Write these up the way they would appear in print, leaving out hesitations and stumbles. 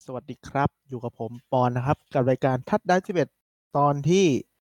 สวัสดีครับอยู่กับผมปอนนะครับกับรายการทัดได้11ตอนที่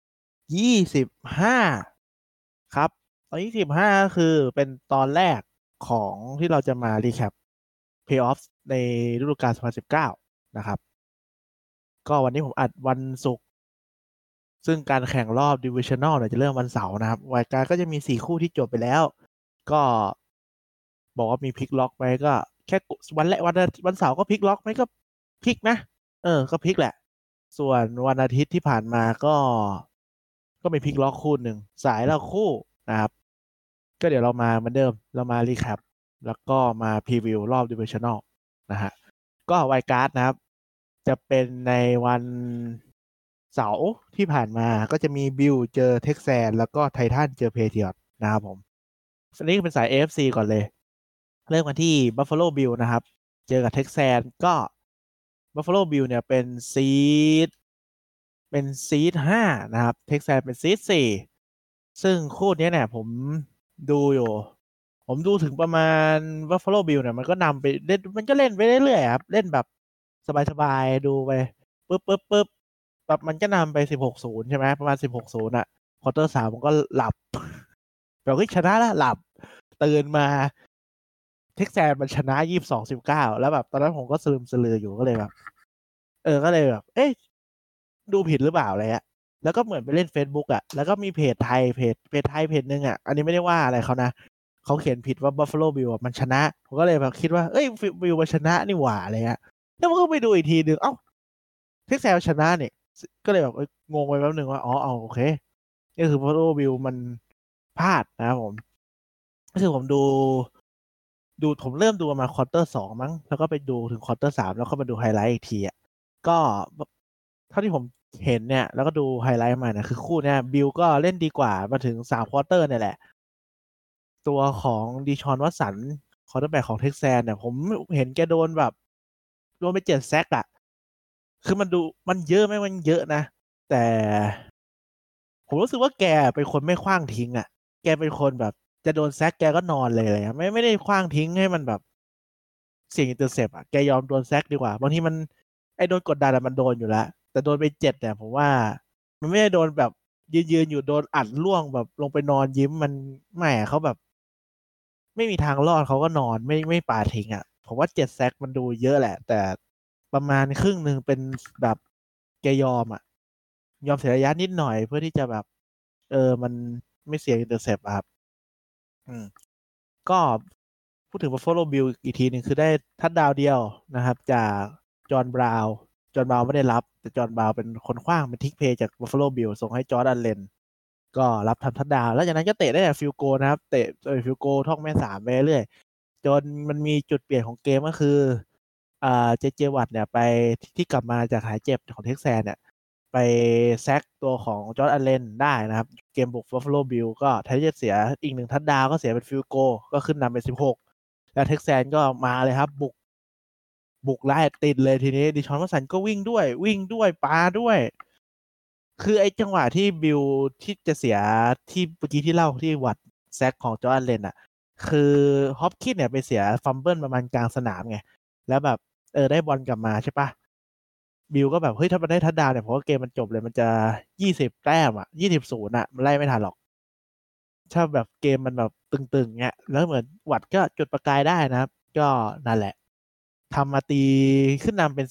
25ครับตอนที่25ก็คือเป็นตอนแรกของที่เราจะมารีแคปเพลย์ออฟในฤดูกาล2019นะครับก็วันนี้ผมอัดวันศุกร์ซึ่งการแข่งรอบดิวิชั่น a ลเนี่ยจะเริ่มวันเสาร์นะครับรายการก็จะมี4 คู่ที่จบไปแล้วก็บอกว่ามีพลิกล็อกไหมก็แค่วันแรกวันเสาร์ก็พลิกล็อกไหมก็พลิกนะก็พลิกแหละ ส่วนวันอาทิตย์ที่ผ่านมาก็มีพลิกล็อกคู่หนึ่งสายละคู่นะครับก็เดี๋ยวเรามาเหมือนเดิมเรามารีแคปแล้วก็มาพรีวิวรอบดิวิชั่น a ลนะฮะก็ไวการ์ดนะครับจะเป็นในวันเสาร์ที่ผ่านมาก็จะมีบิลเจอเท็กซัสแล้วก็ไททันเจอเพเทียร์นะครับผมอันนี้เป็นสาย AFC ก่อนเลยเริ่มกันที่ Buffalo Bill นะครับเจอกับเท็กซัสก็ Buffalo Bill เนี่ยซีดเป็นซีด5นะครับเท็กซัสเป็นซีด4ซึ่งคู่นี้เนี่ยดูอยู่ผมดูถึงประมาณ Buffalo Bill เนี่ยมันก็นำไปเล่นมันก็เล่นไปเรื่อยๆครับเล่นแบบสบายๆดูไปปึ๊บแบบมันก็นำไป16-0ใช่ไหมประมาณ16-0อ่ะควอเตอร์3มันก็หลับแบบชนะแล้วหลับตื่นมาเท็กซัสมันชนะ22-19แล้วแบบตอนนั้นผมก็สลืมสลืออยู่ก็เลยแบบเอ๊ะดูผิดหรือเปล่าอะไรเงี้ยแล้วก็เหมือนไปเล่น Facebook อ่ะแล้วก็มีเพจไทยเพจหนึ่งอ่ะอันนี้ไม่ได้ว่าอะไรเขานะเขาเขียนผิดว่า Buffalo Bill อ่ะมันชนะผมก็เลยแบบคิดว่าเอ้ยบิลมันชนะนี่หว่าอะไรเงี้ยแล้วมันก็ไปดูอีกทีหนึ่งเอ้าเท็กซัสชนะนี่ก็เลยแบบงงไปแป๊บหนึ่งว่าอ๋อเอาโอเคนี่คือ Buffalo Bill มันพลาดนะครับผมก็คือผมเริ่มดูมาควอเตอร์2มั้งแล้วก็ไปดูถึงควอเตอร์3แล้วก็มาดูไฮไลท์อีกทีอ่ะก็เท่าที่ผมเห็นเนี่ยแล้วก็ดูไฮไลท์มาเนี่ยคือคู่เนี่ยบิลก็เล่นดีกว่ามาถึง3 ควอเตอร์เนี่ยแหละตัวของดิชอนวัตสันคอร์เตอร์แบ็กของเท็กซัสเนี่ยผมเห็นแกโดนแบบโดนไป7 แซกอ่ะคือมันเยอะไหมมันเยอะนะแต่ผมรู้สึกว่าแกเป็นคนไม่ขว้างทิ้งอ่ะแกเป็นคนแบบจะโดนแซกแกก็นอนเลยอะไรเงี้ยไม่ได้ขว้างทิ้งให้มันแบบเสี่ยงอินเตอร์เซปอ่ะแกยอมโดนแซกดีกว่าบางทีมันไอ้โดนกดดันอะมันโดนอยู่แล้วแต่โดนไป7เนี่ยผมว่ามันไม่ได้โดนแบบยืนอยู่โดนอัดล่วงแบบลงไปนอนยิ้มมันไม่อะเขาแบบไม่มีทางรอดเขาก็นอนไม่ปาทิ้งอ่ะผมว่า7 แซกมันดูเยอะแหละแต่ประมาณครึ่งหนึ่งเป็นแบบแกยอมอ่ะยอมเสียระยะนิดหน่อยเพื่อที่จะแบบมันไม่เสียอินเตอร์เซปอะครับอืม ก็พูดถึง Buffalo Bill อีกทีหนึ่งคือได้ทัดดาวเดียวนะครับจากจอห์นบราวน์ไม่ได้รับแต่จอห์นบราวน์เป็นคนขว้างเป็นทิกเพย์จาก Buffalo Bill ส่งให้จอร์แดนเลนก็รับทำทัดดาวแล้วจากนั้นก็เตะได้แต่ฟิลโกนะครับเตะฟิลโกท่องแม่สามไปเรื่อยจนมันมีจุดเปลี่ยนของเกมก็คือเจวัตเนี่ยไปที่กลับมาจากหายเจ็บของเท็กซัสเนี่ยไปแซกตัวของจอร์แดนเลนได้นะครับเกมบุก Buffalo Bill ก็แทนที่จะเสียอีก1 ทัดดาวก็เสียเป็นฟิลโกก็ขึ้นนำเป็น16แล้วเท็กซัสก็มาเลยครับบุกไล่ติดเลยทีนี้ดิชอนวัตสันก็วิ่งด้วยปาด้วยคือไอ้จังหวะที่บิลที่จะเสียที่เมื่อกี้ที่เล่าที่วัดแซกของจอร์แดนเลนอ่ะคือฮอปคินเนี่ยไปเสียฟัมเบิลประมาณกลางสนามไงแล้วแบบได้บอลกลับมาใช่ปะบิลก็แบบเฮ้ยถ้ามันได้ทัดดาวน์เนี่ยผมว่าเกมมันจบเลยมันจะ20 แต้มอ่ะ20-0อ่ะมันไล่ไม่ทันหรอกถ้าแบบเกมมันแบบตึงๆเงี้ยแล้วเหมือนวัดก็จุดประกายได้นะครับก็นั่นแหละ ทำมาตีขึ้นนำเป็น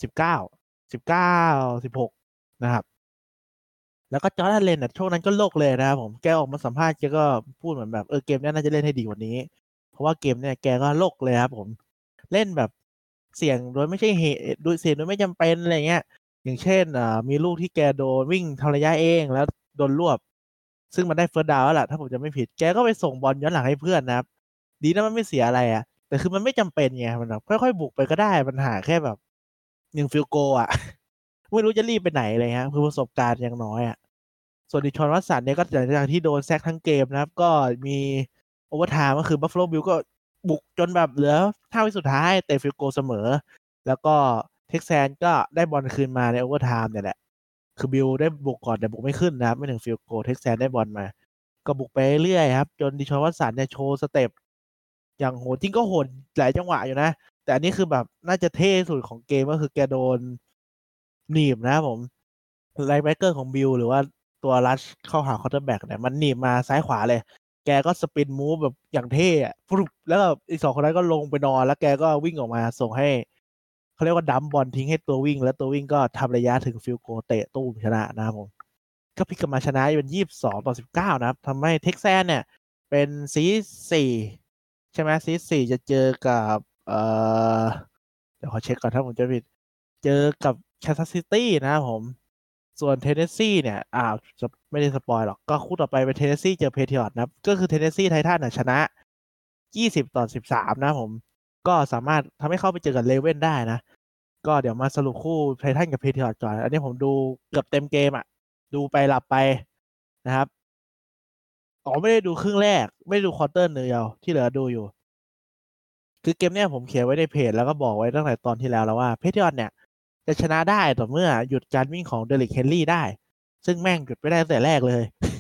19 16นะครับแล้วก็จอร์แดนเลนช่วงนั้นก็โลกเลยนะครับผมแกออกมาสัมภาษณ์แกก็พูดเหมือนแบบเกมนี้น่าจะเล่นให้ดีกว่านี้เพราะว่าเกมเนี่ยแกก็โลกเลยครับผมเล่นแบบเสี่ยงโดยไม่ใช่เหตุโดยเสี่ยงโดยไม่จำเป็นอะไรเงี้ยอย่างเช่นมีลูกที่แกโดนวิ่งทำระยะเองแล้วโดนรวบซึ่งมันได้เฟิร์สดาวน์แล้วล่ะถ้าผมจะไม่ผิดแกก็ไปส่งบอลย้อนหลังให้เพื่อนนะครับดีนะมันไม่เสียอะไรอ่ะแต่คือมันไม่จำเป็นไงมันแบบค่อยๆบุกไปก็ได้ปัญหาแค่แบบ1 ฟิลด์โกลอ่ะไม่รู้จะรีบไปไหนเลยฮะคือประสบการณ์ยังน้อยอ่ะส่วนดิชอนวัตสันเนี่ยก็หลังจากที่โดนแซกทั้งเกมนะครับก็มีโอเวอร์ไทม์ก็คือบัฟฟาโลบิลก็บุกจนแบบเหลือ5 วิสุดท้ายเตะฟิลด์โกลเสมอแล้วก็เท็กซัสก็ได้บอลคืนมาในโอเวอร์ไทม์เนี่ยแหละคือบิลได้บุกก่อนแต่บุกไม่ขึ้นนะครับไม่ถึงฟิลด์โกลเท็กซัสได้บอลมาก็บุกไปเรื่อยครับจนดิชอนวัตสันเนี่ยโชว์สเต็ปอย่างโหดจริงก็โหดหลายจังหวะอยู่นะแต่อันนี้คือแบบน่าจะเท่สุดของเกมก็คือแกโดนหนีบนะครับผมไลน์แบ็คเกอร์ของบิลหรือว่าตัวรัชเข้าหาคอร์เตอร์แบ็กเนี่ยมันหนีบมาซ้ายขวาเลยแกก็สปินมูฟแบบอย่างเท่อะฟลุปแล้วก็อีก2 คนนั้นก็ลงไปนอนแล้วแกก็วิ่งออกมาส่งให้เขาเรียกว่าดัมบอลทิ้งให้ตัววิ่งแล้วตัววิ่งก็ทำระยะถึงฟิลโกเตะตู้มชนะนะครับผมก็พลิกกลับมาชนะเป็น22-19นะครับทำให้เท็กซัสเนี่ยเป็นซีด4ใช่ไหมซีด4จะเจอกับเดี๋ยวขอเช็คก่อนถ้าผมจะผิดเจอกับแคนซัสซิตี้นะครับผมส่วนเทนเนสซีเนี่ยจะไม่ได้สปอยหรอกก็คู่ต่อไปเป็นเทนเนสซีเจอเพเทียร์นะครับก็คือเทนเนสซีไททันชนะ20-13นะผมก็สามารถทำให้เข้าไปเจอกับเลเว่นได้นะก็เดี๋ยวมาสรุปคู่ไททันกับเพเทียร์ก่อนอันนี้ผมดูเกือบเต็มเกมดูไปหลับไปนะครับไม่ได้ดูครึ่งแรกไม่ได้ดูควอเตอร์เดียวที่เหลือดูอยู่คือเกมเนี้ยผมเขียนไว้ในเพจแล้วก็บอกไว้ตั้งแต่ตอนที่แล้วว่าเพเทียร์เนี่ยจะชนะได้ต่อเมื่อหยุดการวิ่งของเดริกเฮนรี่ได้ซึ่งแม่งหยุดไม่ได้ตั้งแต่แรกเลย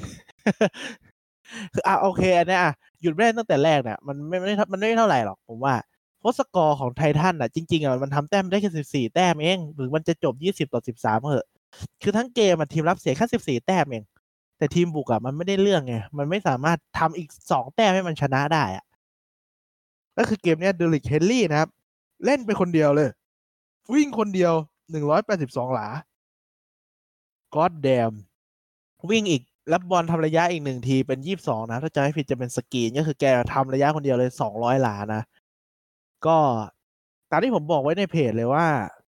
คือโอเคอันเนี้ยหยุดไม่ได้ตั้งแต่แรกเนี่ยมันไม่เท่าไหร่หรอกผมว่าเพราะสกอร์ของไททันจริงๆมันทำแต้มได้แค่14แต้มเองหรือมันจะจบ20-13เหอะคือทั้งเกมทีมรับเสียแค่14แต้มเองแต่ทีมบุกมันไม่ได้เรื่องไงมันไม่สามารถทำอีก2แต้มให้มันชนะได้ก็คือเกมเนี้ยเดริกเฮนรี่นะครับเล่นไปคนเดียวเลยวิ่งคนเดียว182หลาก็อดแดมวิ่งอีกรับบอลทำระยะอีก1 ทีเป็น22นะถ้าจำไม่ผิดจะเป็นสกรีนก็คือแกทำระยะคนเดียวเลย200หลานะก็ตามที่ผมบอกไว้ในเพจเลยว่า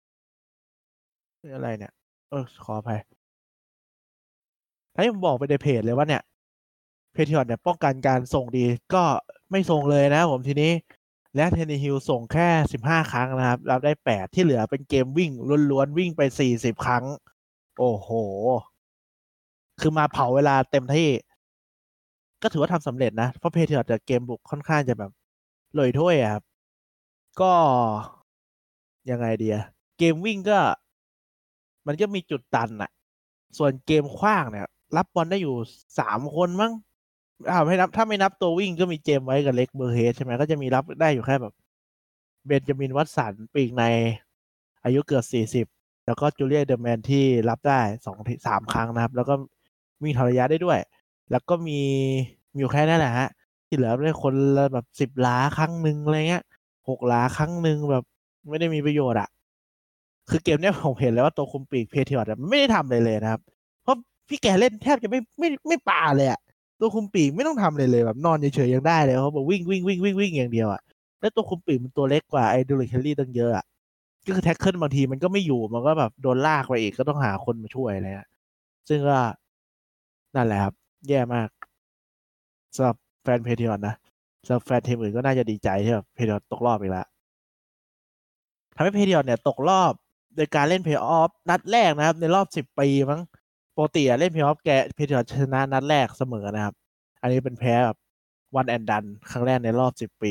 อะไรเนี่ยขออภัยตามที่ผมบอกไปในเพจเลยว่าเนี่ยเพเทียร์เนี่ยป้องกันการส่งดีก็ไม่ส่งเลยนะผมทีนี้และเทนนิฮิลส่งแค่15ครั้งนะครับรับได้8ที่เหลือเป็นเกมวิ่งล้วนๆวิ่งไป40ครั้งโอ้โหคือมาเผาเวลาเต็มที่ก็ถือว่าทำสำเร็จนะเพราะเพเทียร์จะเกมบุกค่อนข้างจะแบบลอยถ้วยครับก็ยังไงดีเกมวิ่งก็มันก็มีจุดตันส่วนเกมขว้างเนี่ยรับบอลได้อยู่3 คนมั้งไม่นับถ้าไม่นับตัววิ่งก็มีเจมส์ไว้กับเล็กเบอร์เฮดใช่ไหมก็จะมีรับได้อยู่แค่แบบเบนจามินวัตสันปีกในอายุเกือบ40แล้วก็จูเลียเดอร์แมนที่รับได้2-3 ครั้งนะครับแล้วก็วิ่งทำระยะได้ด้วยแล้วก็มีอยู่แค่นั้นแหละฮะที่เหลือได้คนละแบบ10 หลาครั้งหนึ่งอะไรเงี้ย6 หลาครั้งหนึ่งแบบไม่ได้มีประโยชน์คือเกมเนี้ยผมเห็นแล้วว่าตัวคุมปีกเพเทียร์ไม่ได้ทำเลยนะครับเพราะพี่แกเล่นแทบจะไม่ปาเลยตัวคุมปีกไม่ต้องทำเลยแบบนอนเฉยๆยังได้เลยเขาบอกวิ่งวิ่งวิ่งวิ่งวิ่งอย่างเดียวแล้วตัวคุมปีกมันตัวเล็กกว่าไอ้ดูริเคลลี่ตั้งเยอะก็คือแท็กเกิลบางทีมันก็ไม่อยู่มันก็แบบโดนลากไปอีกก็ต้องหาคนมาช่วยอะไรซึ่งก็นั่นแหละครับแย่มากสำหรับแฟนเพเทียร์นะสำหรับแฟนทีมอื่นก็น่าจะดีใจที่แบบเพเทียร์ตกรอบอีกแล้วทำให้เพเทียร์เนี่ยตกรอบโดยการเล่นเพย์ออฟนัดแรกนะครับในรอบ10 ปีมั้งปกติเล่นเพย์ออฟเพเทียร์ชนะนัดแรกเสมอนะครับอันนี้เป็นแพ้แบบวันแอนดันครั้งแรกในรอบ10 ปี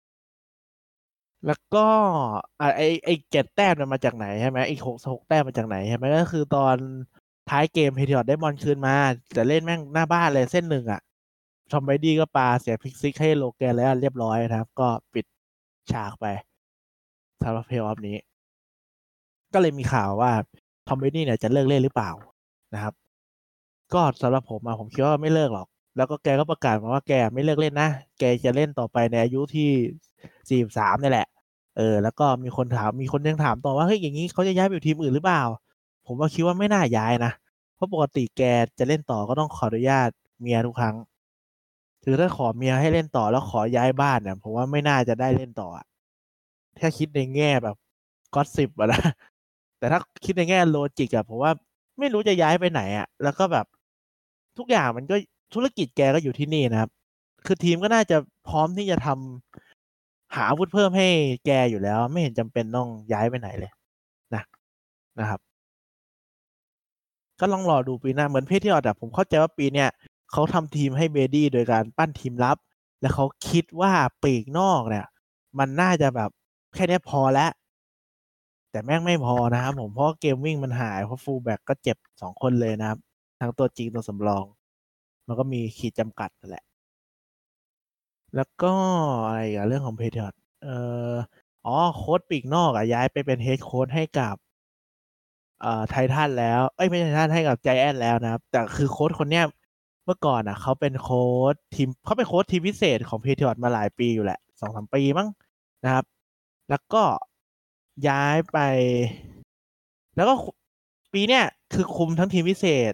แล้วก็ไอ7 แต้มเนี่ยมาจากไหนใช่ไหมอีก6 แต้มมาจากไหนใช่ไหมก็คือตอนท้ายเกมเพเทียร์ได้บอลคืนมาแต่เล่นแม่งหน้าบ้านเลยเส้นหนึ่งทอมไบดี้ก็ปาเสียพิกซิกให้โลแกนแล้วเรียบร้อยนะครับก็ปิดฉากไปสำหรับเพลย์ออฟนี้ก็เลยมีข่าวว่าทอมไบดี้เนี่ยจะเลิกเล่นหรือเปล่านะครับก็สำหรับผมคิดว่าไม่เลิกหรอกแล้วก็แกก็ประกาศมาว่าแกไม่เลิกเล่นนะแกจะเล่นต่อไปในอายุที่43นี่แหละแล้วก็มีคนยังถามต่อว่าเฮ้ยอย่างนี้เขาจะย้ายไปอยู่ทีมอื่นหรือเปล่าผมว่าคิดว่าไม่น่าย้ายนะเพราะปกติแกจะเล่นต่อก็ต้องขออนุญาตเมียทุกครั้งคือถ้าขอเมียให้เล่นต่อแล้วขอย้ายบ้านเนี่ยผมว่าไม่น่าจะได้เล่นต่อถ้าคิดในแง่แบบก็อตซิปนะแต่ถ้าคิดในแง่โลจิกผมว่าไม่รู้จะย้ายไปไหนแล้วก็แบบทุกอย่างมันก็ธุรกิจแกก็อยู่ที่นี่นะครับคือทีมก็น่าจะพร้อมที่จะหาอาวุธเพิ่มให้แกอยู่แล้วไม่เห็นจำเป็นต้องย้ายไปไหนเลยนะนะครับก็ลองรอดูปีหน้าเหมือนเพทริออตผมเข้าใจว่าปีเนี้ยเขาทำทีมให้เบดี้โดยการปั้นทีมลับแล้วเขาคิดว่าปีกนอกเนี่ยมันน่าจะแบบแค่นี้พอแล้วแต่แม่งไม่พอนะครับผมเพราะเกมวิ่งมันหายเพราะฟูลแบ็กก็เจ็บ2 คนเลยนะครับทั้งตัวจริงตัวสำรองมันก็มีขีดจำกัดนั่นแหละแล้วก็อะไรอีกเรื่องของเพเทียร์เอ่อโค้ชปีกนอกย้ายไปเป็นเฮดโค้ชให้กับไททันแล้วไม่ใช่ไททันให้กับไจแอนท์แล้วนะครับแต่คือโค้ชคนเนี้ยเมื่อก่อนเขาเป็นโค้ชทีมเขาเป็นโค้ชทีมพิเศษของเพเทียร์มาหลายปีอยู่แหละ2-3 ปีมั้งนะครับแล้วก็ย้ายไปแล้วก็ปีเนี้ยคือคุมทั้งทีมพิเศษ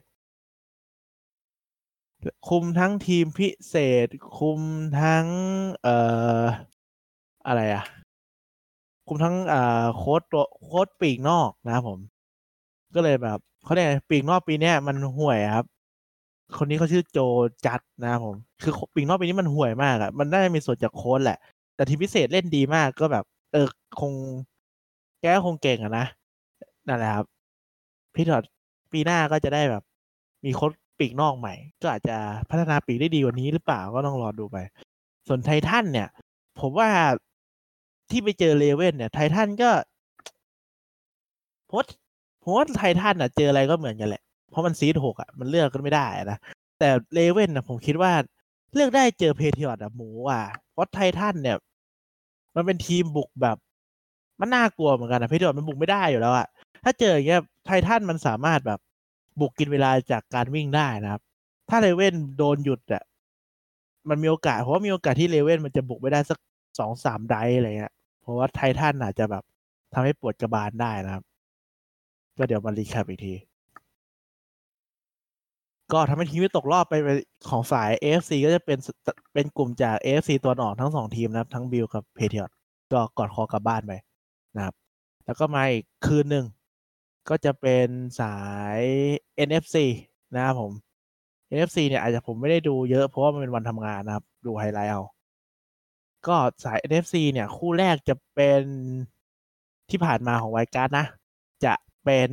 คุมทั้งทีมพิเศษคุมทั้งเอ่ออะไรคุมทั้งโค้ชปีกนอกนะครับผมก็เลยแบบเขาเรียกไงปีกนอกปีเนี้ยมันห่วยครับคนนี้เขาชื่อโจจัดนะครับผมคือปีกนอกปีนี้มันห่วยมากมันน่าจะมีส่วนจากโค้ชแหละแต่ทีมพิเศษเล่นดีมากก็แบบคงแกก็คงเก่งนะนั่นแหละครับพี่ถอดปีหน้าก็จะได้แบบมีโค้ชปีกนอกใหม่ก็อาจจะพัฒนาปีกได้ดีกว่านี้หรือเปล่าก็ต้องรอดูไปส่วนไททันเนี่ยผมว่าที่ไปเจอเลเว่นเนี่ยไททันก็โพสผมว่าไททันเจออะไรก็เหมือนกันแหละเพราะมันซีด6มันเลือกก็ไม่ได้นะแต่เลเว่นผมคิดว่าเลือกได้เจอเพเทียร์หมูเพราะไททันเนี่ยมันเป็นทีมบุกแบบมันน่ากลัวเหมือนกันเพเทียร์มันบุกไม่ได้อยู่แล้วถ้าเจออย่างเงี้ยไททันมันสามารถแบบบุกกินเวลาจากการวิ่งได้นะครับถ้าเลเว่นโดนหยุดมันมีโอกาสเพราะว่ามีโอกาสที่เลเว่นมันจะบุกไม่ได้สัก2-3ไดร์อะไรเงี้ยเพราะว่าไททันอาจจะแบบทำให้ปวดกระบาลได้นะครับก็เดี๋ยวมารีแคปอีกทีก็ทำให้ทีมที่ตกรอบไปของสาย AFC ก็จะเป็นกลุ่มจาก AFC ตัวออกทั้ง2ทีมนะครับทั้งบิลกับเพเทียร์ก็กอดคอกลับบ้านไปนะครับแล้วก็มาอีกคืนหนึ่งก็จะเป็นสาย NFC นะครับผม NFC เนี่ยอาจจะผมไม่ได้ดูเยอะเพราะว่ามันเป็นวันทำงานนะครับดูไฮไลท์เอาก็สาย NFC เนี่ยคู่แรกจะเป็นที่ผ่านมาของไวการ์ดนะจะเป็น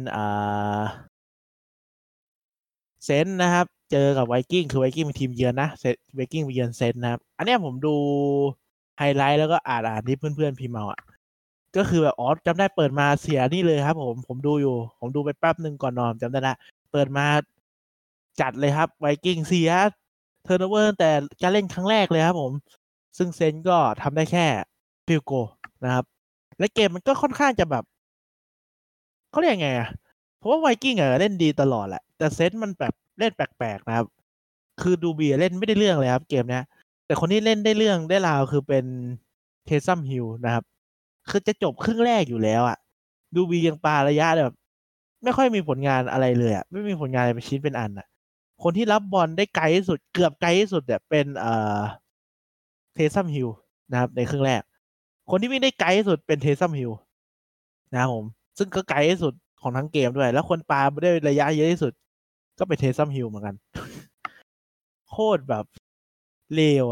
เซนต์นะครับเจอกับไวกิ้งคือไวกิ้งเป็นทีมเยือนนะไวกิ้งไปเยือนเซนต์นะครับอันนี้ผมดูไฮไลท์แล้วก็อ่านที่เพื่อนๆพิมพ์มาก็คือแบบจำได้เปิดมาเสียนี่เลยครับผมดูอยู่ผมดูไปแป๊บหนึ่งก่อนนอนจำได้ละเปิดมาจัดเลยครับไวกิ้งเสียเทิร์นโอเวอร์ตั้งแต่การเล่นครั้งแรกเลยครับผมซึ่งเซนก็ทำได้แค่ฟิลโกนะครับและเกมมันก็ค่อนข้างจะแบบเขาเรียกไงเพราะว่าไวกิ้งเล่นดีตลอดแหละแต่เซนมันแบบเล่นแปลกๆนะครับคือดูบีเล่นไม่ได้เรื่องเลยครับเกมนี้แต่คนที่เล่นได้เรื่องได้ราวคือเป็นเทซัมฮิลนะครับคือจะจบครึ่งแรกอยู่แล้วดูบียังปาระยะแบบไม่ค่อยมีผลงานอะไรเลยไม่มีผลงานอะไรเป็นชิ้นเป็นอันคนที่รับบอลได้ไกลที่สุดเกือบไกลที่สุดเป็นเทซัมฮิลนะครับในครึ่งแรกคนที่วิ่งได้ไกลที่สุดเป็นเทซัมฮิลนะครับผมซึ่งก็ไกลที่สุดของทั้งเกมด้วยแล้วคนปาได้ระยะเยอะที่สุดก็เป็นเทซัมฮิลเหมือนกันโคตรแบบเลว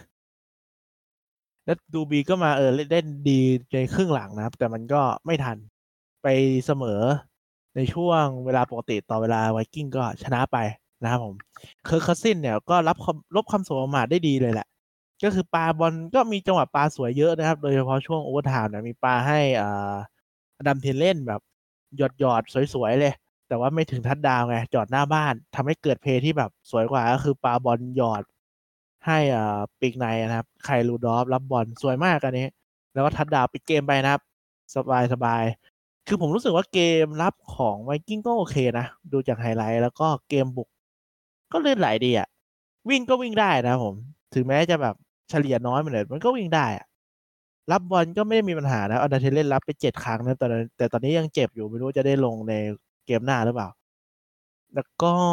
แล้วดูบีก็มาเล่นดีในครึ่งหลังนะครับแต่มันก็ไม่ทันไปเสมอในช่วงเวลาปกติต่อเวลาไวกิ้งก็ชนะไปนะครับผมเคิร์กคัสซินเนี่ยก็ลบคำสบประมาทได้ดีเลยแหละก็คือปาบอลก็มีจังหวะปาสวยเยอะนะครับโดยเฉพาะช่วงโอเวอร์ไทม์เนี่ยมีปาให้อดัมเทนเล่นแบบหยอดสวยๆเลยแต่ว่าไม่ถึงทัดดาวไงจอดหน้าบ้านทำให้เกิดเพย์ที่แบบสวยกว่าก็คือปาบอลหยอดให้ปีกในนะครับไคลรูดอฟรับบอลสวยมากอันนี้แล้วก็ทัดดาวปิดเกมไปนะครับสบายคือผมรู้สึกว่าเกมรับของไวกิ้งก็โอเคนะดูจากไฮไลท์แล้วก็เกมบุกก็ลื่นไหลดีวิ่งก็วิ่งได้นะผมถึงแม้จะแบบเฉลี่ยน้อยเหมือนเดิมมันก็วิ่งได้รับบอลก็ไม่ได้มีปัญหานะเอาดาเทเล่นรับไป7 ครั้งนะแต่ตอนนี้ยังเจ็บอยู่ไม่รู้จะได้ลงในเกมหน้าหรือเปล่าแล้ว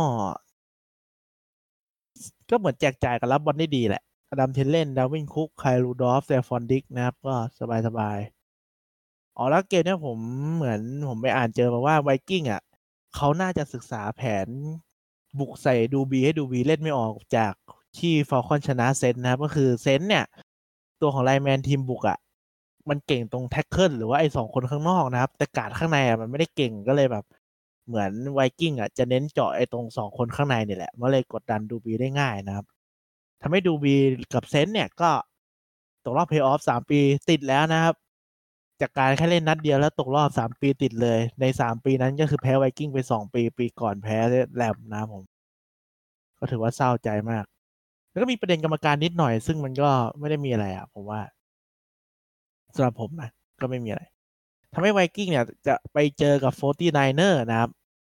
ก็เหมือนแจกจ่ายกับรับบอลได้ดีแหละอดัมเทนเล่นดาวินคุกไคลรูดอฟแซฟอนดิกนะครับก็สบายแล้วเกมเนี้ยผมไปอ่านเจอมาว่าไวกิ้งเขาน่าจะศึกษาแผนบุกใส่ดูบีให้ดูบีเล่นไม่ออกจากที่ฟอลคอนชนะเซนนะครับก็คือเซนเนี่ยตัวของไลแมนทีมบุกมันเก่งตรงแท็กเกิลหรือว่าไอ้2 คนข้างนอกนะครับแต่การ์ดข้างในมันไม่ได้เก่งก็เลยแบบเหมือนไวกิ้งจะเน้นเจาะไอ้ตรง2 คนข้างในนี่แหละมันเลยกดดันดูบีได้ง่ายนะครับทำให้ดูบีกับเซนเนี่ยก็ตกรอบเพลย์ออฟ3 ปีติดแล้วนะครับจากการแค่เล่นนัดเดียวแล้วตกรอบ3 ปีติดเลยใน3 ปีนั้นก็คือแพ้ไวกิ้งไป2 ปีก่อนแพ้แลมนะครับผมก็ถือว่าเศร้าใจมากแล้วก็มีประเด็นกรรมการนิดหน่อยซึ่งมันก็ไม่ได้มีอะไรผมว่าสำหรับผมนะก็ไม่มีอะไรทำให้ไวกิ้งเนี่ยจะไปเจอกับ 49er นะครับ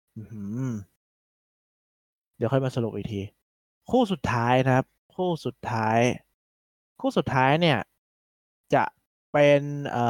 เดี๋ยวค่อยมาสรุปอีกที คู่สุดท้ายนะครับ คู่สุดท้าย คู่สุดท้ายเนี่ย จะเป็น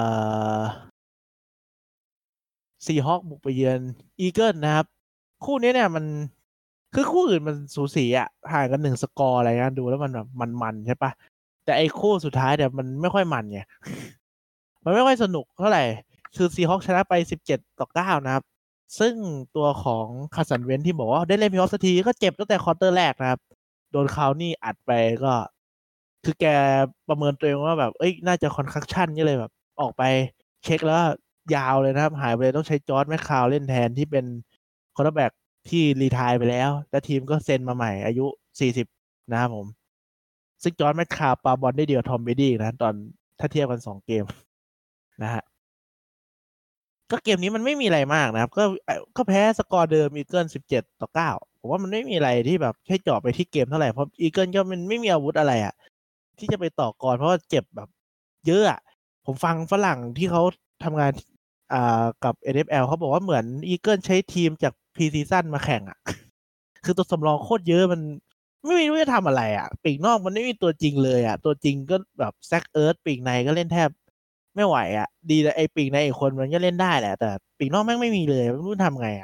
ซีฮอคบุกไปเยือนอีเกิลนะครับ คู่นี้เนี่ยมันคือคู่อื่นมันสูสีอ่ะห่างกัน1 สกอร์อะไรเงี้ยดูแล้วมันแบบมันใช่ปะแต่ไอ้คู่สุดท้ายเนี่ยมันไม่ค่อยมันไง มันไม่ค่อยสนุกเท่าไหร่ คือซีฮอคชนะไป17-9นะครับ ซึ่งตัวของคาสันเวนที่บอกว่าได้เล่นเพลย์ออฟสักทีก็เจ็บตั้งแต่ควอเตอร์แรกนะครับ โดนเขานี่อัดไปก็ คือแกประเมินตัวเองว่าแบบ เอ้ย น่าจะคอนคัชชั่นนี่เลยแบบ ออกไปเช็คแล้วยาวเลยนะครับ หายไปเลยต้องใช้จอร์จแมคคาวเล่นแทนที่เป็นคอร์เตอร์แบ็กที่รีไทร์ไปแล้ว และทีมก็เซ็นมาใหม่อายุ40นะครับผม ซึ่งจอร์จแมคคาวปาบอลได้เดียวทอมเบดี้นะตอนถ้าเทียบกัน2 เกมนะฮะ ก็เกมนี้มันไม่มีอะไรมากนะครับก็แพ้สกอร์เดิมอีเกิล17-9ผมว่ามันไม่มีอะไรที่แบบให้เจาะไปที่เกมเท่าไหร่เพราะอีเกิลก็มันไม่มีอาวุธอะไรอ่ะที่จะไปต่อกรเพราะว่าเจ็บแบบเยอะอ่ะผมฟังฝรั่งที่เขาทำงานกับ NFL เขาบอกว่าเหมือนอีเกิลใช้ทีมจากพรีซีซั่นมาแข่งอ่ะคือตัวสำรองโคตรเยอะมันไม่รู้จะทำอะไรอ่ะปีกนอกมันไม่มีตัวจริงเลยอ่ะตัวจริงก็แบบแซคเอิร์ธปีกในก็เล่นแทบไม่ไหวอ่ะดีแต่ไอ้ปีกในอีกคนมันก็เล่นได้แหละแต่ปีกนอกแม่งไม่มีเลยไม่รู้ทำไงอ่ะ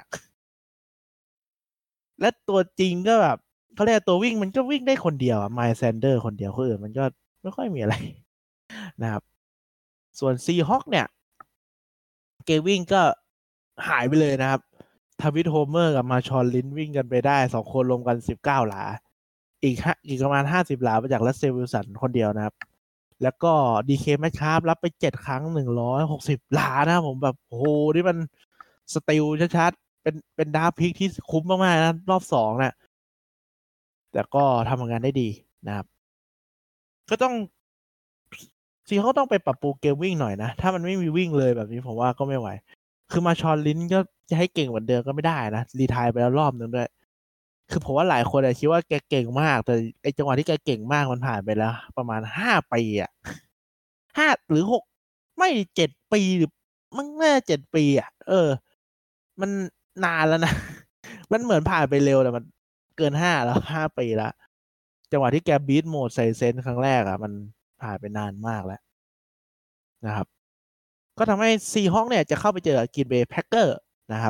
และตัวจริงก็แบบเขาเรียกตัววิ่งมันก็วิ่งได้คนเดียวอ่ะไมล์แซนเดอร์คนเดียวคนอื่นมันก็ไม่ค่อยมีอะไรนะครับส่วนซีฮอคเนี่ยเกมวิ่งก็หายไปเลยนะครับทวิตโฮเมอร์กับมาชอนลินวิ่งกันไปได้2 คนรวมกัน19 หลาอีกประมาณ50 หลามาจากรัสเซลวิลสันคนเดียวนะครับแล้วก็ดีเคแมชคาร์ฟรับไป7 ครั้ง160 หลานะครับผมแบบโอ้โหนี่มันสติลชัดๆเป็นดราฟพิกที่คุ้มมากๆนะรอบ2นะแต่ก็ทำงานได้ดีนะครับก็ต้องซีเขาต้องไปปรับปรุงเกมวิ่งหน่อยนะถ้ามันไม่มีวิ่งเลยแบบนี้ผมว่าก็ไม่ไหวคือมาชอนลินก็จะให้เก่งเหมือนเดิมก็ไม่ได้นะรีไทร์ไปแล้วรอบนึงด้วยคือผมว่าหลายคนคิดว่าแกเก่งมากแต่ไอจังหวะที่แกเก่งมากมันผ่านไปแล้วประมาณ5 ปีอ่ะ5 หรือ 6ไม่7 ปีหรือมันน่า7 ปีอ่ะมันนานแล้วนะมันเหมือนผ่านไปเร็วแต่มันเกินแล้ว5 ปีแล้วจังหวะที่แกบีทโหมดใส่เซนครั้งแรกอ่ะมันผ่านไปนานมากแล้วนะครับก็ทำให้ซีฮอคเนี่ยจะเข้าไปเจอกรีนเบย์แพ็คเกอร์นะครับ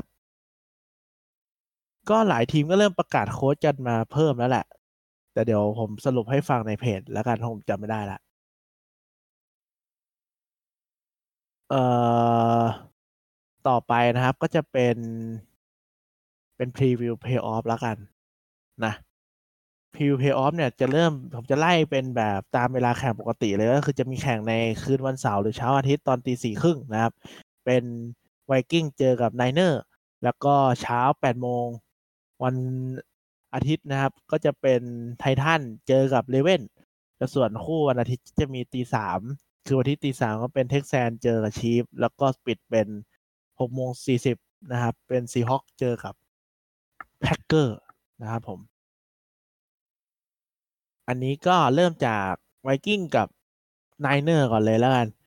ก็หลายทีมก็เริ่มประกาศโค้ชกันมาเพิ่มแล้วแหละแต่เดี๋ยวผมสรุปให้ฟังในเพจแล้วกันผมจำไม่ได้ละเอ่อต่อไปนะครับก็จะเป็นพรีวิวเพย์ออฟแล้วกันนะพรีวิวเพย์ออฟเนี่ยจะเริ่มผมจะไล่เป็นแบบตามเวลาแข่งปกติเลยก็คือจะมีแข่งในคืนวันเสาร์หรือเช้าอาทิตย์ตอนตี 4 ครึ่งนะครับเป็นไวกิ้งเจอกับไนเนอร์แล้วก็เช้า8 โมงวันอาทิตย์นะครับก็จะเป็นไททันเจอกับเลเว่นแล้วส่วนคู่วันอาทิตย์จะมีตี 3คือวันอาทิตย์ตี 3ก็เป็นเท็กซัสเจอกับชีฟแล้วก็ปิดเป็น6 โมง 40นะครับเป็นซีฮอคเจอกับแพ็คเกอร์นะครับผมอันนี้ก็เริ่มจากไวกิ้งกับไนเนอร์ก่อนเลยแล้วกัน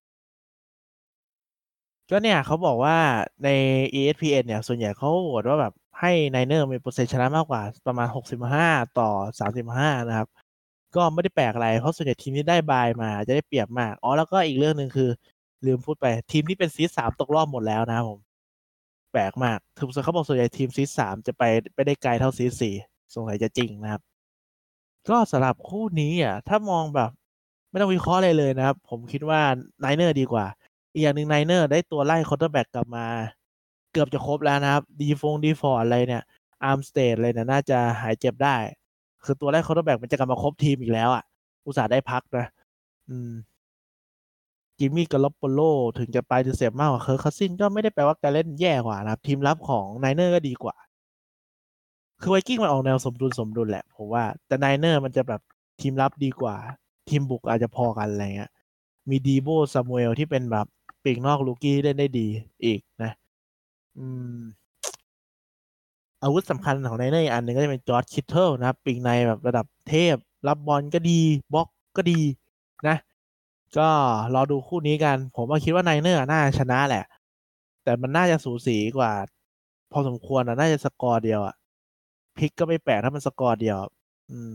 ก็เนี่ยเขาบอกว่าใน ESPN เนี่ยส่วนใหญ่เขาโหวตว่าแบบให้ไนเนอร์มีเปอร์เซ็นต์ชนะมากกว่าประมาณ65-35นะครับก็ไม่ได้แปลกอะไรเพราะส่วนใหญ่ทีมที่ได้บายมาจะได้เปรียบมากอ๋อแล้วก็อีกเรื่องหนึ่งคือลืมพูดไปทีมที่เป็นซีด 3ตกรอบหมดแล้วนะครับผมแปลกมากคือเขาบอกส่วนใหญ่ทีมซีด 3จะไปได้ไกลเท่าซีด 4สงสัยจะจริงนะครับก็สำหรับคู่นี้ถ้ามองแบบไม่ต้องวิเคราะห์อะไรเลยนะครับผมคิดว่าไนเนอร์ดีกว่าอีกอย่างหนึ่งไนเนอร์ได้ตัวไล่คอร์เตอร์แบ็กกลับมาเกือบจะครบแล้วนะครับดีฟอร์ดอะไรเนี่ยอาร์มสเตดอะไรเนี่ยน่าจะหายเจ็บได้คือตัวไล่คอร์เตอร์แบ็กมันจะกลับมาครบทีมอีกแล้วอุตส่าห์ได้พักนะอืมจิมมี่กาลอปโปโลถึงจะไปเสียมากกว่าเคิร์กคัสซินก็ไม่ได้แปลว่าการเล่นแย่กว่านะครับทีมรับของไนเนอร์ก็ดีกว่า คือไวกิ้งมันออกแนวสมดุลแหละผมว่าแต่ไนเนอร์มันจะแบบทีมรับดีกว่าทีมบุกอาจจะพอกันอะไรเงี้ยมีดีโบซามูเอลที่เป็นแบบปีกนอกลูกี้เล่นได้ดีอีกนะอืมอาวุธสำคัญของไนเนอร์อีกอันหนึ่งก็จะเป็นจอร์จคิทเทิลนะครับปีกในแบบระดับเทพรับบอลก็ดีบล็อกก็ดีนะก็รอดูคู่นี้กัน ผมว่าคิดว่าไนเนอร์น่าชนะแหละ แต่มันน่าจะสูสีกว่า พอสมควรน่าจะสกอร์เดียวพลิกก็ไม่แปลกถ้ามันสกอร์เดียวอืม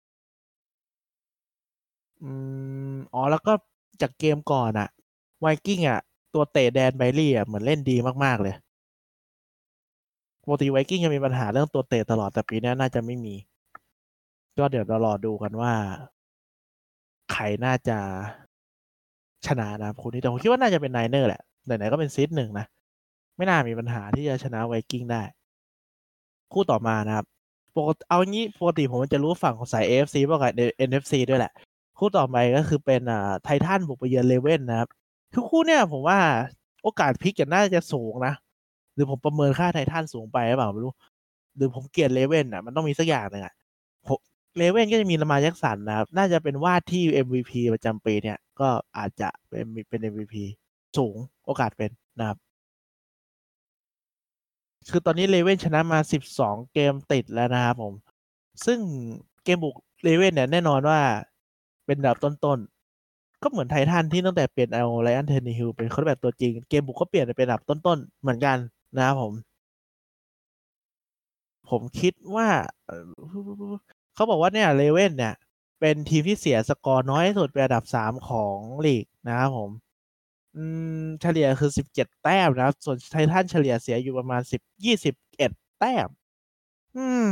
อ๋อแล้วก็จากเกมก่อนไวกิ้งตัวเตะแดนไบรี่เหมือนเล่นดีมากๆเลยปกติไวกิ้งจะมีปัญหาเรื่องตัวเตะตลอดแต่ปีนี้น่าจะไม่มีก็เดี๋ยวเรารอดูกันว่าใครน่าจะชนะนะคู่นี้แต่ผมคิดว่าน่าจะเป็นไนเนอร์แหละไหนๆก็เป็นซีดหนึ่งนะไม่น่ามีปัญหาที่จะชนะไวกิ้งได้คู่ต่อมานะครับเอางี้ปกติผมจะรู้ฝั่งของสาย AFC มากกว่า NFC ด้วยแหละคู่ต่อไปก็คือเป็นไททันบุกไปเยือนเลเว่นนะครับคือคู่เนี่ยผมว่าโอกาสพลิกกันน่าจะสูงนะหรือผมประเมินค่าไททันสูงไปหรือเปล่าไม่รู้หรือผมเกลียดเลเว่นมันต้องมีสักอย่างหนึ่งผมเลเว่นก็จะมีลามาแจ็กสันนะครับน่าจะเป็นว่าที่ MVP ประจำปีเนี่ยก็อาจจะเป็น MVP สูงโอกาสเป็นนะครับ คือตอนนี้เลเว่นชนะมา12เกมติดแล้วนะครับผมซึ่งเกมบุกเลเว่นเนี่ยแน่นอนว่าเป็นอันดับต้นๆก็เหมือนไททันที่ตั้งแต่เปลี่ยนเอาไลออนเทนนิฮิลเป็นโค้ชแบบตัวจริงเกมบุกก็เปลี่ยนเป็นอันดับต้นๆเหมือนกันนะครับผมคิดว่าเขาบอกว่าเนี่ยเลเว่นเนี่ยเป็นทีมที่เสียสกอร์น้อยที่สุดเป็นอันดับ3ของลีกนะครับผมเฉลี่ยคือ17 แต้มนะครับส่วนไททันเฉลี่ยเสียอยู่ประมาณ21 แต้ม อืม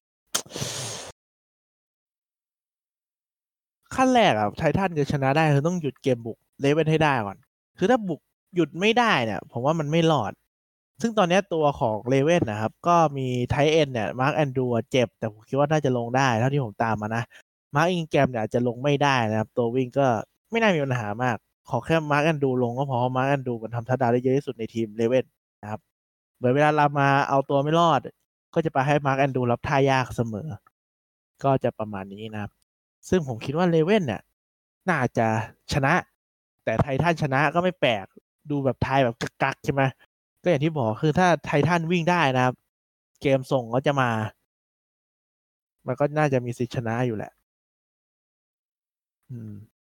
ขั้นแรกไททันจะชนะได้คือต้องหยุดเกมบุกเลเว่นให้ได้ก่อนคือถ้าบุกหยุดไม่ได้เนี่ยผมว่ามันไม่รอดซึ่งตอนนี้ตัวของเลเว่นนะครับก็มีไทเอ็นเนี่ยมาร์คแอนดูเจ็บแต่ผมคิดว่าน่าจะลงได้เท่าที่ผมตามมานะมาร์คอิงแกรมเนี่ยอาจจะลงไม่ได้นะครับตัววิ่งก็ไม่น่ามีปัญหามากขอแค่มาร์คแอนดูลงก็พอมาร์คแอนดูมันทำทัดดาวได้เยอะที่สุดในทีมเลเว่นนะครับเหมือนเวลาเรามาเอาตัวไม่รอดก็จะไปให้มาร์คแอนดูรับท่ายากเสมอก็จะประมาณนี้นะครับ ซึ่งผมคิดว่าเลเว่นเนี่ยน่าจะชนะแต่ไททันชนะก็ไม่แปลกดูแบบไทยแบบกักๆใช่ไหมก็อย่างที่บอกคือถ้าไททันวิ่งได้นะครับเกมส่งก็จะมามันก็น่าจะมีสิทธิชนะอยู่แหละอืม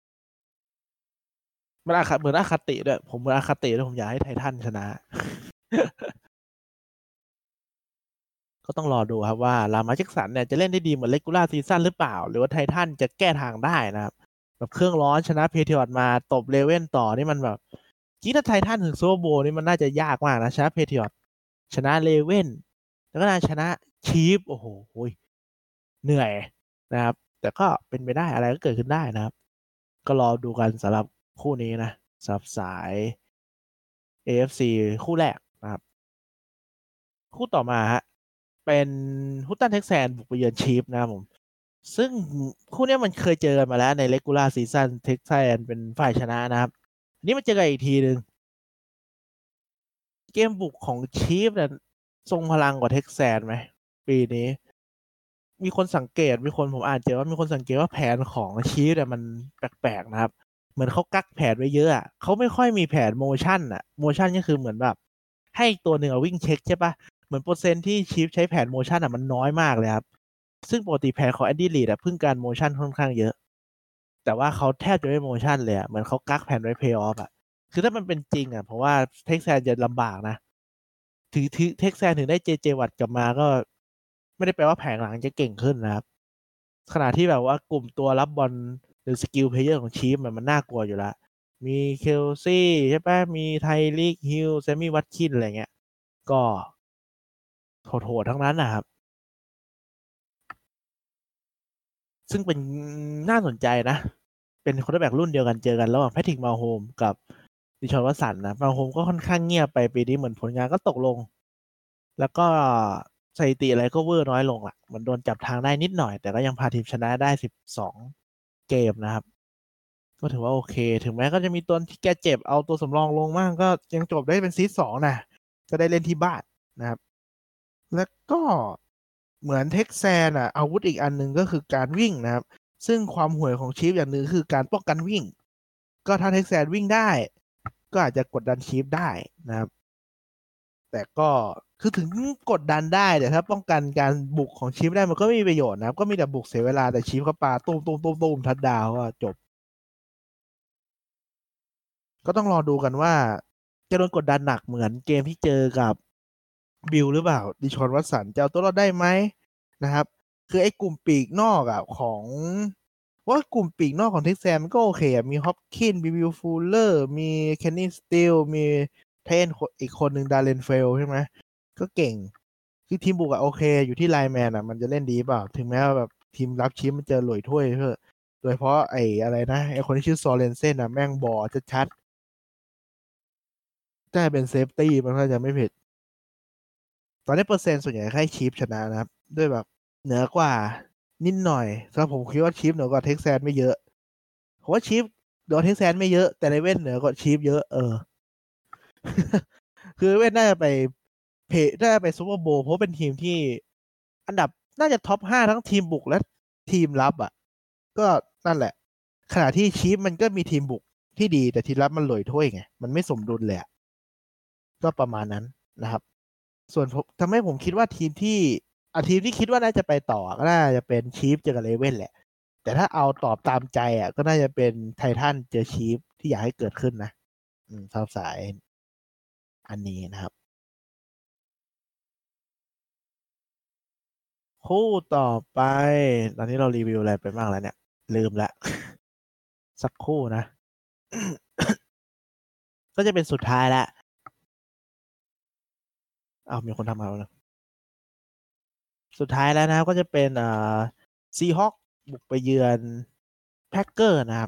มันเหมือนอคติด้วยผมเหมือนอคติด้วยผมอยากให้ไททันชนะก็ต้องรอดูครับว่าลามาแจ็กสันเนี่ยจะเล่นได้ดีเหมือนเรกูล่าซีซั่นหรือเปล่าหรือว่าไททันจะแก้ทางได้นะครับแบบเครื่องร้อนชนะเพเทียร์มาตบเลเว่นต่อนี่มันแบบจริงถ้าไททันถึงซูเปอร์โบว์นี่มันน่าจะยากมากนะชนะเพเทียร์ชนะเลเว่นแล้วก็น่าชนะชีฟโอ้โหเหนื่อยนะครับแต่ก็เป็นไปได้อะไรก็เกิดขึ้นได้นะครับก็รอดูกันสำหรับคู่นี้นะสำหรับสาย AFC คู่แรกนะครับคู่ต่อมาฮะเป็นฮ u ตตันเท็กซัสบุกไปเยือนชีฟนะครับผมซึ่งคู่นี้มันเคยเจอกันมาแล้วในเรกูล่าซีซั่นเท็กซัสเป็นฝ่ายชนะนะครับอันนี้มาเจอกันอีกทีหนึ่งเกมบุกของชีฟเนี่ยทรงพลังกว่าเท็กซัสไหมปีนี้ มีคนสังเกตมีคนผมอ่านเจอว่ามีคนสังเกตว่าแผนของชีฟเนี่ยมันแปลกๆนะครับเหมือนเขากักแผนไว้เยอะเขาไม่ค่อยมีแผนโมชั่นโมชั่นก็คือเหมือนแบบให้ตัวหนึ่งวิ่งเช็คใช่ปะเหมือนเปอร์เซ็นต์ที่ชีฟใช้แผนโมชั่นมันน้อยมากเลยครับซึ่งปกติแผนของแอนดี้ลีดพึ่งการโมชั่นค่อนข้างเยอะแต่ว่าเขาแทบจะไม่โมชั่นเลยเหมือนเขากักแผนไว้เพย์ออฟคือถ้ามันเป็นจริงเพราะว่าเท็กซัสจะลำบากนะถึงเท็กซัสถึงได้เจวัตกลับมาก็ไม่ได้แปลว่าแผงหลังจะเก่งขึ้นนะครับ ขณะที่แบบว่ากลุ่มตัวรับบอลหรือสกิลเพลเยอร์ของชีฟมันน่ากลัวอยู่แล้วมีเคลซี่ใช่ปะมีไทลีกฮิลแซมมี่วัตคินอะไรเงี้ยก็โหดๆทั้งนั้นนะครับซึ่งเป็นน่าสนใจนะเป็นคนแบกรุ่นเดียวกันเจอกันระหว่างแพทริกมาโฮมกับดิชอนวัตสันนะมาโฮมก็ค่อนข้างเงียบไปปีนี้เหมือนผลงานก็ตกลงแล้วก็สถิติอะไรก็เวอร์น้อยลงล่ะมันโดนจับทางได้นิดหน่อยแต่ก็ยังพาทีมชนะได้12เกมนะครับ ก็ถือว่าโอเค ถึงแม้ก็จะมีตัวที่แกเจ็บเอาตัวสำรองลงมั่งก็ยังจบได้เป็นซีซั่น2นะก็ได้เล่นที่บ้านนะครับแล้วก็เหมือนเท็กซัสอาวุธอีกอันหนึ่งก็คือการวิ่งนะครับซึ่งความห่วยของชีฟอย่างหนึ่งคือการป้องกันวิ่งก็ถ้าเท็กซัสวิ่งได้ก็อาจจะกดดันชีฟได้นะครับแต่ก็คือถึงกดดันได้แต่ถ้าป้องกันการบุกของชีฟได้มันก็ไม่มีประโยชน์นะครับก็มีแต่บุกเสียเวลาแต่ชีฟเขาปาตุ้มตุ้มตุ้มตุ้มทัดดาวก็จบก็ต้องรอดูกันว่าจะโดนกดดันหนักเหมือนเกมที่เจอกับบิลหรือเปล่าดิชอนวัตสันจะเอาตัวรอดได้ไหมนะครับคือไอ้กลุ่มปีกนอกอ่ะของว่ากลุ่มปีกนอกของเท็กซัสมันก็โอเคมีฮอปคินบิลฟูลเลอร์มีเคนนี่สตีลมีเทนอีกคนหนึ่งดาร์เรนเฟลใช่ไหมก็เก่งคือทีมบุกอะโอเคอยู่ที่ไลน์แมนอะมันจะเล่นดีเปล่าถึงแม้ว่าแบบทีมรับชิปมันเจอหลุยถ้วยเถอะโดยเฉพาะไอ้อะไรนะไอ้คนที่ชื่อซอเรนเซนอะแม่งบอชัดๆได้เป็นเซฟตี้มันก็จะไม่ผิดตอนนี้เปอร์เซ็นต์ส่วนใหญ่ให้ชีฟชนะนะครับด้วยแบบเหนือกว่านิดหน่อยสำหรับผมคิดว่าชีฟเหนือกว่าเท็กซัสไม่เยอะผมว่าชีฟเหนือกว่าเท็กซัสไม่เยอะแต่เลเว่นเหนือกว่าชีฟเยอะคือเลเว่นน่าจะไปน่าจะไปซูเปอร์โบว์เพราะเป็นทีมที่อันดับน่าจะท็อป5ทั้งทีมบุกและทีมรับอ่ะก็นั่นแหละขณะที่ชีฟมันก็มีทีมบุกที่ดีแต่ทีมรับมันหล่ยถ้วยไงมันไม่สมดุลเลยอะก็ประมาณนั้นนะครับส่วนผมทำให้ผมคิดว่าทีมที่คิดว่าน่าจะไปต่อก็น่าจะเป็นชีฟเจอกับเลเว่นแหละแต่ถ้าเอาตอบตามใจอ่ะก็น่าจะเป็นไททันเจอชีฟที่อยากให้เกิดขึ้นนะสำหรับสายอันนี้นะครับคู่ต่อไปตอนนี้เรารีวิวอะไรไปบ้างแล้วเนี่ยลืมละสักครู่นะก็จะเป็นสุดท้ายละเอามีคนทำมาแล้วนะสุดท้ายแล้วนะครับก็จะเป็นซีฮอคบุกไปเยือนแพ็คเกอร์นะครับ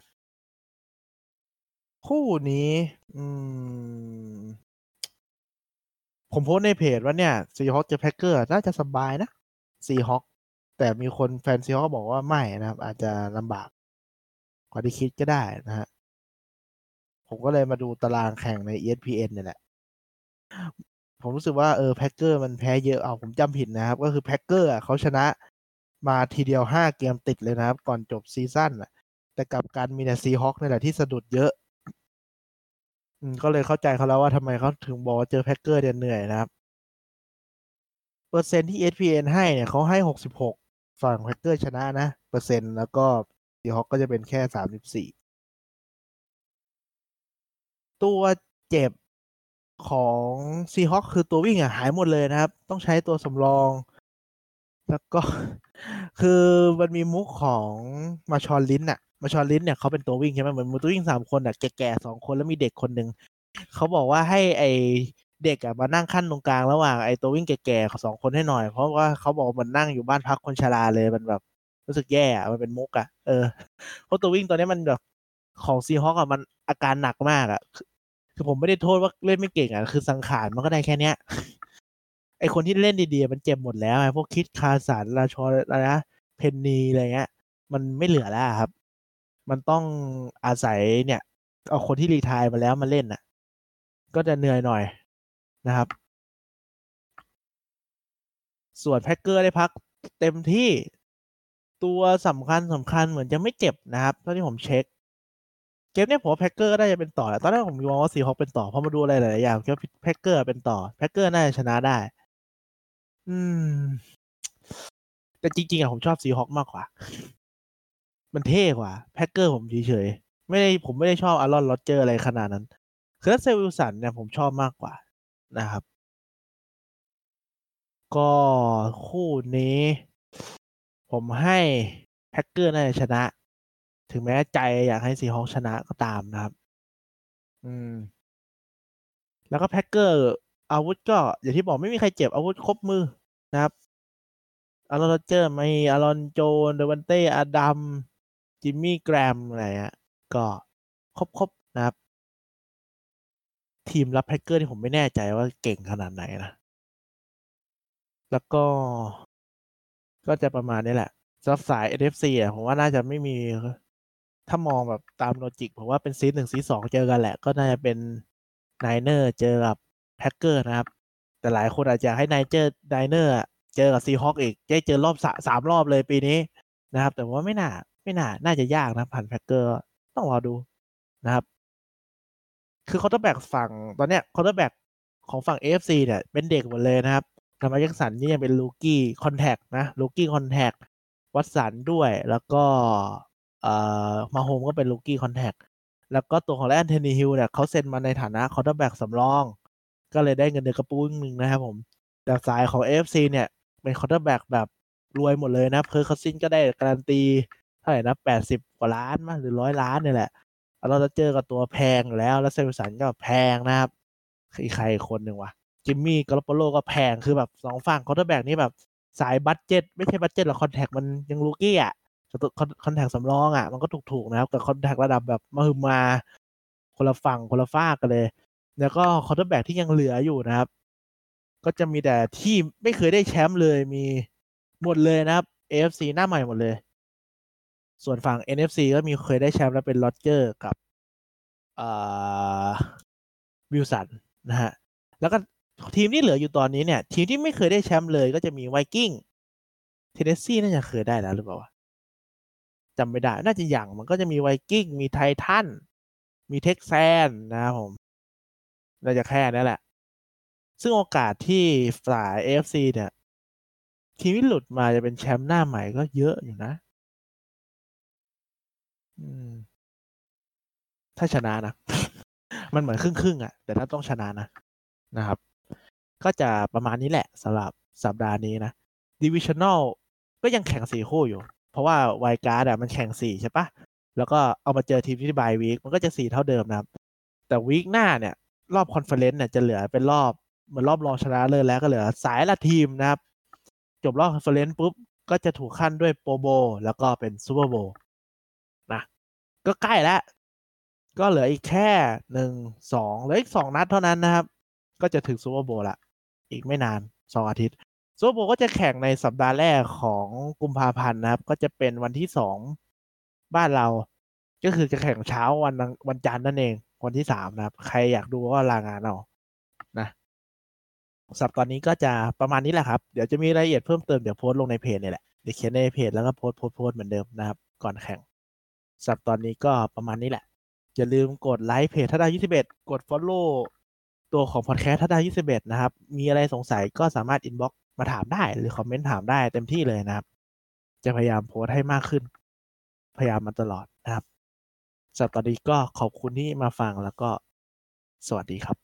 คู่นี้อืมผมโพสต์ในเพจว่าเนี่ยซีฮอคเจอแพ็คเกอร์น่าจะสบายนะซีฮอคแต่มีคนแฟนซีฮอคบอกว่าไม่นะครับอาจจะลำบากกว่าที่คิดก็ได้นะฮะผมก็เลยมาดูตารางแข่งใน ESPN เนี่ยแหละ ผมรู้สึกว่าแพ็คเกอร์มันแพ้เยอะผมจำผิดนะครับก็คือแพ็คเกอร์เขาชนะมาทีเดียว5 เกมติดเลยนะครับก่อนจบซีซั่นแต่กลับกันมีแต่ซีฮอคนี่แหละที่สะดุดเยอะก็เลยเข้าใจเขาแล้วว่าทำไมเขาถึงบอกว่าเจอแพ็คเกอร์เนี่ยเหนื่อยนะครับเปอร์เซ็นต์ที่ ESPN ให้เนี่ยเขาให้66ฝั่งแพ็คเกอร์ชนะนะเปอร์เซ็นต์แล้วก็ซีฮอคก็จะเป็นแค่34ตัวเจ็บของซีฮอคคือตัววิ่งหายหมดเลยนะครับต้องใช้ตัวสำรอง แล้วก็คือมันมีมุกของมาชอนลินมาชอนลินเนี่ยเขาเป็นตัววิ่งใช่ไหมเหมือนมือตัววิ่ง3 คนแก่ๆ2 คนแล้วมีเด็กคนหนึ่งเขาบอกว่าให้ไอเด็กมานั่งขั้นตรงกลางระหว่างไอตัววิ่งแก่ๆ2 คนให้หน่อยเพราะว่าเขาบอกมันนั่งอยู่บ้านพักคนชราเลยมันแบบรู้สึกแย่มันเป็นมุกเพราะตัววิ่งตัวนี้มันแบบของซีฮอคมันอาการหนักมากคือผมไม่ได้โทษว่าเล่นไม่เก่งคือสังขารมันก็ได้แค่เนี้ย ไอคนที่เล่นดีๆมันเจ็บหมดแล้วพวกคิดคาสันราชออะไรนะเพนนีอะไรเงี้ยมันไม่เหลือแล้วครับมันต้องอาศัยเนี่ยเอาคนที่รีไทร์มาแล้วมาเล่นก็จะเหนื่อยหน่อยนะครับส่วนแพ็กเกอร์ได้พักเต็มที่ตัวสำคัญเหมือนจะไม่เจ็บนะครับเท่าที่ผมเช็คเกมเนี้ยผมว่าแพ็กเกอร์น่าจะเป็นต่อแหละตอนแรกผมมองว่าซีฮอคเป็นต่อเพราะมาดูอะไรหลายๆอย่างคิดว่าแพ็กเกอร์เป็นต่อแพ็กเกอร์น่าจะชนะได้อืมแต่จริงๆผมชอบซีฮอคมากกว่า มันเท่กว่าแพ็กเกอร์ผมเฉยๆผมไม่ได้ชอบอารอนโรเจอร์อะไรขนาดนั้นคือถ้าเซลวิลสันเนี่ยผมชอบมากกว่านะครับก็คู่นี้ผมให้แพ็กเกอร์น่าจะชนะถึงแม้ใจอยากให้ซีฮอคชนะก็ตามนะครับอืมแล้วก็แพ็กเกอร์อาวุธก็อย่างที่บอกไม่มีใครเจ็บอาวุธครบมือนะครับอารอนโรเจอร์มีอารอนโจนเดวันเต้อาดัมจิมมี่แกรมอะไรก็ครบนะครับ ทีมรับแพ็กเกอร์ที่ผมไม่แน่ใจว่าเก่งขนาดไหนนะ แล้วก็จะประมาณนี้แหละสำหรับสาย NFC ผมว่าน่าจะไม่มี ถ้ามองแบบตามโลจิกผมว่าเป็นซี1ซี2เจอกันแหละ ก็น่าจะเป็นไนเนอร์เจอกับแพ็กเกอร์นะครับ แต่หลายคนอาจจะให้ไนเนอร์เจอกับซีฮอคอีกจะเจอรอบ3 รอบเลยปีนี้นะครับ แต่ว่าไม่น่าจะยากนะผ่านแพ็กเกอร์ต้องรอดูนะครับ คือคอร์เตอร์แบ็กฝั่งตอนเนี้ยคอร์เตอร์แบ็กของฝั่ง AFC เนี่ยเป็นเด็กหมดเลยนะครับทำไมแจ็คสันนี่ยังเป็นลูกี้คอนแทคนะลูกี้คอนแทควัตสันด้วยแล้วก็มาโฮมก็เป็นลูกี้คอนแทคแล้วก็ตัวของแอนโทนีฮิลเนี่ยเขาเซ็นมาในฐานะคอร์เตอร์แบ็กสำรอง ก็เลยได้เงินเดือนกระปุ้งหนึ่งนะครับผมแต่สายของ AFC เนี่ยเป็นคอร์เตอร์แบ็กแบบรวยหมดเลยนะเพิร์คคัสซินก็ได้การันตีเท่าไหร่นะ80 กว่าล้านมั้ยหรือ100 ล้านเนี่ยแหละแล้วเราจะเจอกับตัวแพงอยู่แล้วเซลสันก็แพงนะครับใครคนหนึ่งวะจิมมี่กาโรโปโลก็แพงคือแบบสองฝั่งคอร์เตอร์แบ็กนี่แบบสายบัดเจ็ตไม่ใช่บัดเจ็ตหรอกคอนแทคมันยังลูกี้อ่ะคอนแทคสำรองอ่ะมันก็ถูกๆนะครับกับคอนแทคระดับแบบมหึมาคนละฝั่งคนละฝากกันเลยแล้วก็คอร์เตอร์แบ็กที่ยังเหลืออยู่นะครับก็จะมีแต่ที่ไม่เคยได้แชมป์เลยมีหมดเลยนะครับ AFC หน้าใหม่หมดเลยส่วนฝั่ง NFC ก็มีเคยได้แชมป์แล้วเป็นโรเจอร์กับวิลสันนะฮะแล้วก็ทีมที่เหลืออยู่ตอนนี้เนี่ยทีมที่ไม่เคยได้แชมป์เลยก็จะมีไวกิ้งเทนเนสซีน่าจะเคยได้แล้วหรือเปล่าจำไม่ได้น่าจะอย่างมันก็จะมีไวกิ้งมีไททันมีเท็กซัสนะครับผมน่าจะแค่นั้นแหละซึ่งโอกาสที่ฝ่าย AFC เนี่ยทีมที่หลุดมาจะเป็นแชมป์หน้าใหม่ก็เยอะอยู่นะอืมถ้าชนะนะ มันเหมือนครึ่งอ่ะแต่ถ้าต้องชนะนะครับก็จะประมาณนี้แหละสำหรับสัปดาห์นี้นะ Divisional ก็ยังแข่ง4 คู่อยู่เพราะว่าไวการ์ดมันแข่ง4ใช่ปะแล้วก็เอามาเจอทีมที่บายวีคมันก็จะ4เท่าเดิมนะครับแต่วีคหน้าเนี่ยรอบคอนเฟอเรนซ์เนี่ยจะเหลือเป็นรอบเหมือนรอบรองชนะเลิศแล้วก็เหลือสายละทีมนะครับจบรอบคอนเฟอเรนซ์ปุ๊บก็จะถูกขั้นด้วยโปรโบแล้วก็เป็นซูเปอร์โบว์นะก็ใกล้แล้วก็เหลืออีกแค่1-2เหลืออีก2 นัดเท่านั้นนะครับก็จะถึงซูเปอร์โบว์ละอีกไม่นาน2 อาทิตย์ซูเปอร์โบว์ก็จะแข่งในสัปดาห์แรกของกุมภาพันธ์นะครับก็จะเป็นวันที่2บ้านเราก็คือจะแข่งเช้าวันจันทร์นั่นเองวันที่3นะครับใครอยากดูก็ลางานเอานะสัปดาห์นี้ก็จะประมาณนี้แหละครับเดี๋ยวจะมีรายละเอียดเพิ่มเติมเดี๋ยวโพสต์ลงในเพจนี่แหละเดี๋ยวเขียนในเพจแล้วก็โพสต์เหมือนเดิมนะครับก่อนแข่งสัปดาห์นี้ก็ประมาณนี้แหละอย่าลืมกดไลค์เพจทัดดาว21กด follow ตัวของพอดแคสต์ทัดดาว21นะครับมีอะไรสงสัยก็สามารถอินบ็อกซ์มาถามได้หรือคอมเมนต์ถามได้เต็มที่เลยนะครับจะพยายามโพสต์ให้มากขึ้นพยายามมาตลอดนะครับสัปดาห์นี้ก็ขอบคุณที่มาฟังแล้วก็สวัสดีครับ